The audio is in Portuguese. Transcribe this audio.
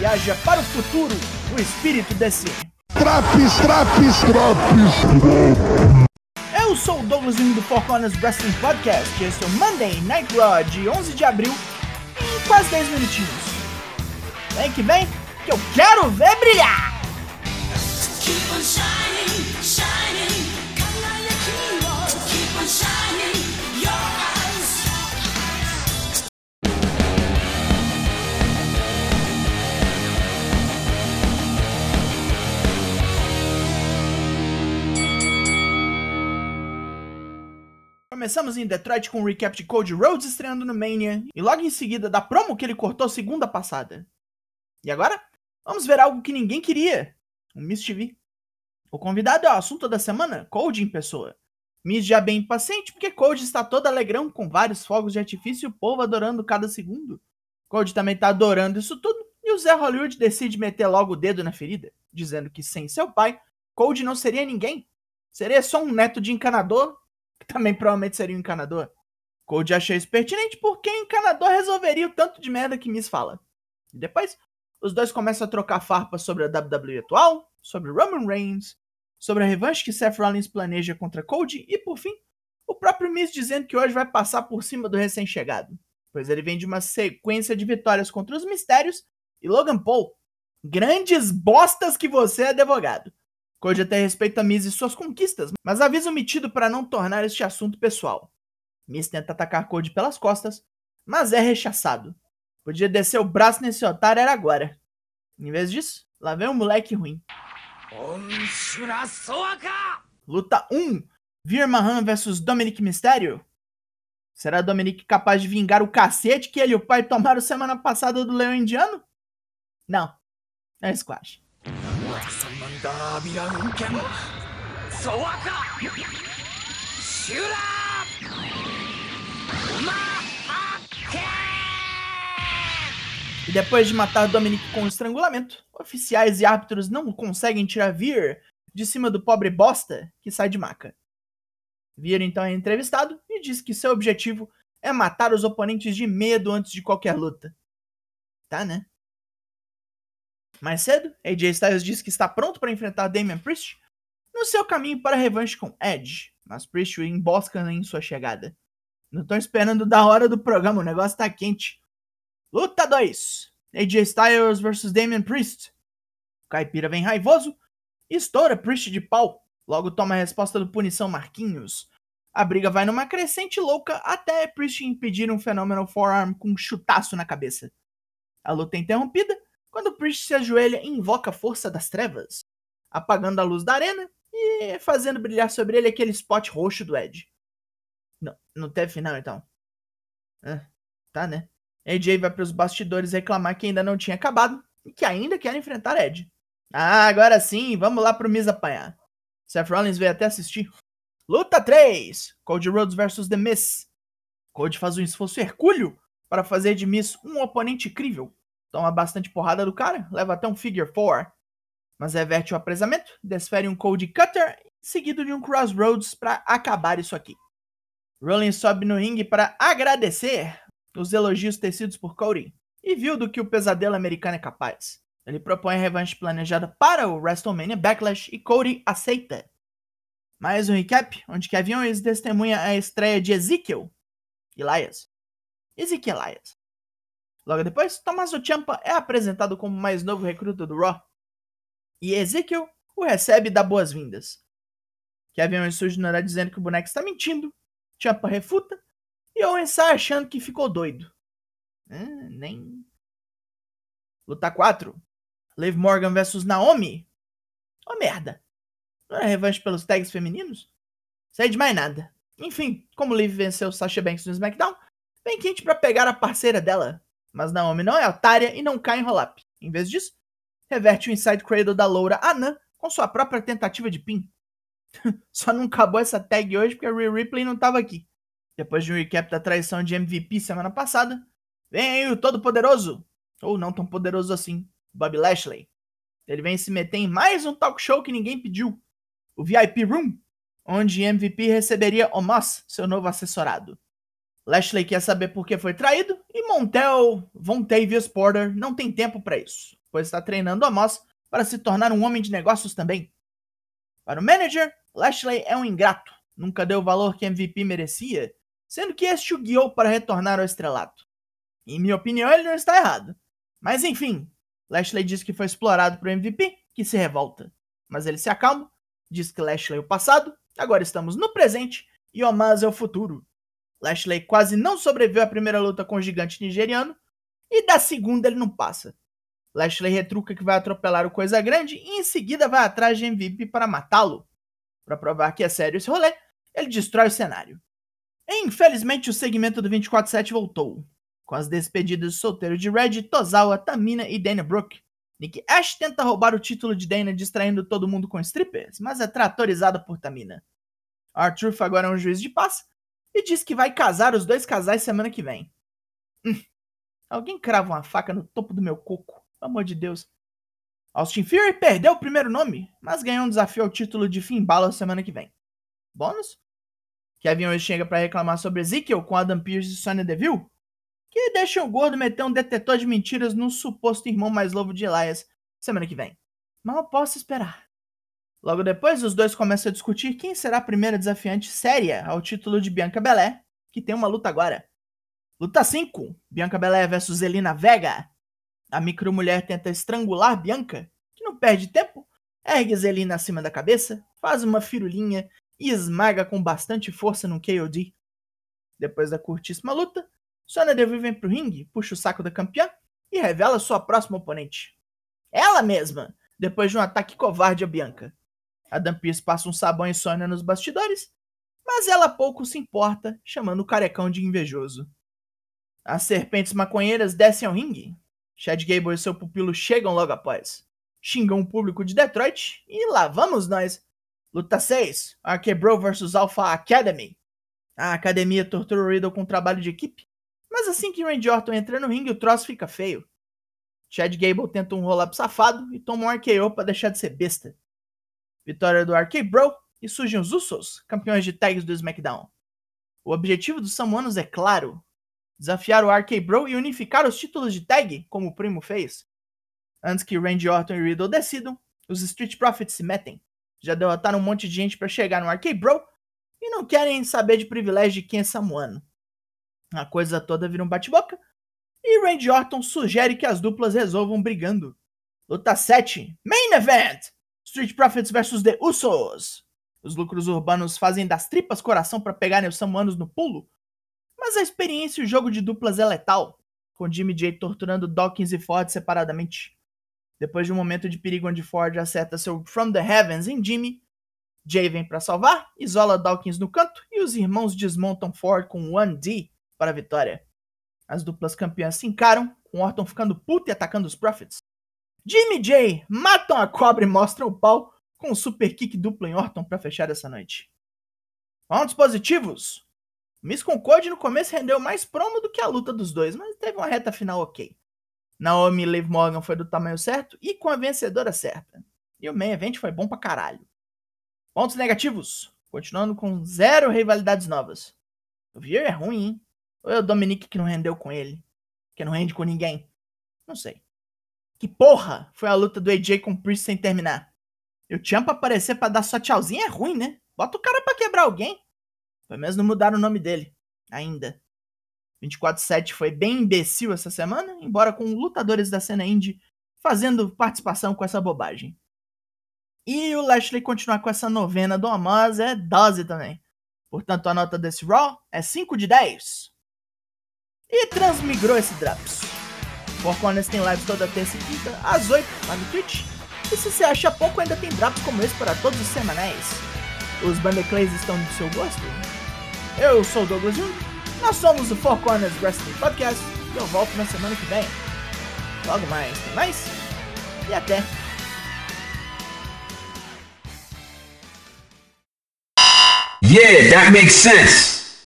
viaja para o futuro, o espírito desse... Traps. Eu sou o Douglas Jung do Four Corners Wrestling Podcast. Esse é o Monday Night Raw de 11 de abril, em quase 10 minutinhos. Vem que vem, que eu quero ver brilhar! Keep on shining, shining, keep on shining your eyes. Começamos em Detroit com um recap de Cody Rhodes estreando no Mania e logo em seguida da promo que ele cortou segunda passada. E agora, vamos ver algo que ninguém queria, o Miz TV. O convidado é o assunto da semana, Cody em pessoa. Miz já bem impaciente porque Cody está todo alegrão com vários fogos de artifício e o povo adorando cada segundo. Cody também tá adorando isso tudo e o Zé Hollywood decide meter logo o dedo na ferida, dizendo que sem seu pai, Cody não seria ninguém. Seria só um neto de encanador, que também provavelmente seria um encanador. Cody achou isso pertinente porque encanador resolveria o tanto de merda que Miz fala. E depois, os dois começam a trocar farpas sobre a WWE atual, sobre Roman Reigns, sobre a revanche que Seth Rollins planeja contra Cody e, por fim, o próprio Miz dizendo que hoje vai passar por cima do recém-chegado, pois ele vem de uma sequência de vitórias contra os Mistérios e Logan Paul. Grandes bostas que você é advogado. Cody até respeita Miz e suas conquistas, mas avisa omitido para não tornar este assunto pessoal. Miz tenta atacar Cody pelas costas, mas é rechaçado. Podia descer o braço nesse otário era agora. Em vez disso, lá vem um moleque ruim. Luta 1. Veer Mahaan vs Dominic Mysterio. Será Dominic capaz de vingar o cacete que ele e o pai tomaram semana passada do Leão Indiano? Não. É squash. E depois de matar Dominic com estrangulamento, oficiais e árbitros não conseguem tirar Veer de cima do pobre bosta que sai de maca. Veer então é entrevistado e diz que seu objetivo é matar os oponentes de medo antes de qualquer luta. Tá, né? Mais cedo, AJ Styles diz que está pronto para enfrentar Damian Priest no seu caminho para a revanche com Edge, mas Priest o embosca em sua chegada. Não tô esperando da hora do programa, o negócio tá quente. Luta 2. AJ Styles vs Damian Priest. O caipira vem raivoso e estoura Priest de pau. Logo toma a resposta do Punição Marquinhos. A briga vai numa crescente louca até Priest impedir um Phenomenal Forearm com um chutaço na cabeça. A luta é interrompida quando Priest se ajoelha e invoca a força das trevas, apagando a luz da arena e fazendo brilhar sobre ele aquele spot roxo do Edge. Não teve final então. Tá, né? AJ vai para os bastidores reclamar que ainda não tinha acabado e que ainda quer enfrentar Edge. Ah, agora sim, vamos lá pro Miz apanhar. Seth Rollins veio até assistir. Luta 3. Cody Rhodes vs The Miz. Cody faz um esforço hercúleo para fazer de Miz um oponente incrível. Toma bastante porrada do cara, leva até um Figure 4. Mas reverte o apresamento, desfere um Cody Cutter, seguido de um Crossroads para acabar isso aqui. Rollins sobe no ringue para agradecer os elogios tecidos por Cody e viu do que o pesadelo americano é capaz. Ele propõe a revanche planejada para o WrestleMania Backlash e Cody aceita. Mais um recap, onde Kevin Owens testemunha a estreia de Ezekiel Elias. Logo depois, Tommaso Ciampa é apresentado como o mais novo recruta do Raw. E Ezekiel o recebe e dá boas-vindas. Kevin Owens surge no horário dizendo que o boneco está mentindo. Ciampa refuta. E Owens sai achando que ficou doido. Nem... Luta 4. Liv Morgan vs Naomi. Oh merda. Não é revanche pelos tags femininos? Sei de mais nada. Enfim, como Liv venceu Sasha Banks no SmackDown, vem quente pra pegar a parceira dela. Mas Naomi não é otária e não cai em roll-up. Em vez disso, reverte o Inside Cradle da loura Anna com sua própria tentativa de pin. Só não acabou essa tag hoje porque a Rhea Ripley não tava aqui. Depois de um recap da traição de MVP semana passada, vem aí o todo-poderoso, ou não tão poderoso assim, Bobby Lashley. Ele vem se meter em mais um talk show que ninguém pediu, o VIP Room, onde MVP receberia Omos, seu novo assessorado. Lashley quer saber por que foi traído e Montel Vontavious Porter não tem tempo pra isso. pois está treinando Omos para se tornar um homem de negócios também. Para o manager, Lashley é um ingrato, nunca deu o valor que MVP merecia, sendo que este o guiou para retornar ao estrelato. Em minha opinião, ele não está errado. Mas enfim, Lashley diz que foi explorado por MVP, que se revolta. Mas ele se acalma, diz que Lashley é o passado, agora estamos no presente e Omos é o futuro. Lashley quase não sobreviveu à primeira luta com o gigante nigeriano e da segunda ele não passa. Lashley retruca que vai atropelar o Coisa Grande e em seguida vai atrás de MVP para matá-lo. Para provar que é sério esse rolê, ele destrói o cenário. Infelizmente o segmento do 24/7 voltou, com as despedidas de solteiro de Red, Tozawa, Tamina e Dana Brooke. Nick Ash tenta roubar o título de Dana distraindo todo mundo com strippers, mas é tratorizado por Tamina. R-Truth agora é um juiz de paz e diz que vai casar os dois casais semana que vem. Alguém crava uma faca no topo do meu coco, pelo amor de Deus. Austin Theory perdeu o primeiro nome, mas ganhou um desafio ao título de Finn Balor semana que vem. Bônus? Kevin Owens chega para reclamar sobre Ezekiel com Adam Pearce e Sonya Deville, que deixa o gordo meter um detetor de mentiras no suposto irmão mais novo de Elias semana que vem. Mal posso esperar. Logo depois, os dois começam a discutir quem será a primeira desafiante séria ao título de Bianca Belair, que tem uma luta agora. Luta 5, Bianca Belair vs Zelina Vega. A micromulher tenta estrangular Bianca, que não perde tempo, ergue Zelina acima da cabeça, faz uma firulinha e esmaga com bastante força no KOD. Depois da curtíssima luta, Sonya Deville vem pro ringue, puxa o saco da campeã e revela sua próxima oponente. Ela mesma, depois de um ataque covarde a Bianca. Adam Pearce passa um sabão em Sonya nos bastidores, mas ela pouco se importa, chamando o carecão de invejoso. As serpentes maconheiras descem ao ringue. Chad Gable e seu pupilo chegam logo após. Xingam o público de Detroit e lá vamos nós. Luta 6, RK Bro vs Alpha Academy. A academia tortura o Riddle com trabalho de equipe, mas assim que Randy Orton entra no ringue, o troço fica feio. Chad Gable tenta um roll-up safado e toma um RKO para deixar de ser besta. Vitória do RK Bro e surgem os Usos, campeões de tags do SmackDown. O objetivo dos samoanos é claro: desafiar o RK Bro e unificar os títulos de tag, como o primo fez. Antes que Randy Orton e Riddle decidam, os Street Profits se metem. Já derrotaram um monte de gente para chegar no RK Bro e não querem saber de privilégio de quem é samoano. A coisa toda vira um bate-boca e Randy Orton sugere que as duplas resolvam brigando. Luta 7, Main Event! Street Profits vs The Usos. Os lucros urbanos fazem das tripas coração para pegarem os samoanos no pulo, mas a experiência e o jogo de duplas é letal, com Jimmy Jay torturando Dawkins e Ford separadamente. Depois de um momento de perigo onde Ford acerta seu From the Heavens em Jimmy, Jay vem para salvar, isola Dawkins no canto e os irmãos desmontam Ford com 1D para a vitória. As duplas campeãs se encaram, com Orton ficando puto e atacando os Profits. Jimmy e Jay matam a cobra e mostram o pau com um super kick duplo em Orton para fechar essa noite. Pontos positivos. Miss Concorde no começo rendeu mais promo do que a luta dos dois, mas teve uma reta final ok. Naomi e Liv Morgan foi do tamanho certo e com a vencedora certa. E o main event foi bom pra caralho. Pontos negativos. Continuando com 0 rivalidades novas. O Veer é ruim, hein? Ou é o Dominic que não rendeu com ele? Que não rende com ninguém? Não sei. Que porra foi a luta do AJ com o Priest sem terminar? E o Ciampa aparecer pra dar só tchauzinho é ruim, né? Bota o cara pra quebrar alguém. Foi mesmo não mudar o nome dele. Ainda. 24/7 foi bem imbecil essa semana, embora com lutadores da cena indie fazendo participação com essa bobagem. E o Lashley continuar com essa novena do Omos é dose também. Portanto, a nota desse Raw é 5 de 10. E transmigrou esse Drops. Four Corners tem lives toda terça e quinta, às 8, lá no Twitch. E se você acha pouco, ainda tem Drops como esse para todos os semanais. Os Bandeclays estão do seu gosto? Eu sou o Douglas Jr., nós somos o Four Corners Wrestling Podcast e eu volto na semana que vem. Logo mais, tem mais? E até! Yeah, that makes sense.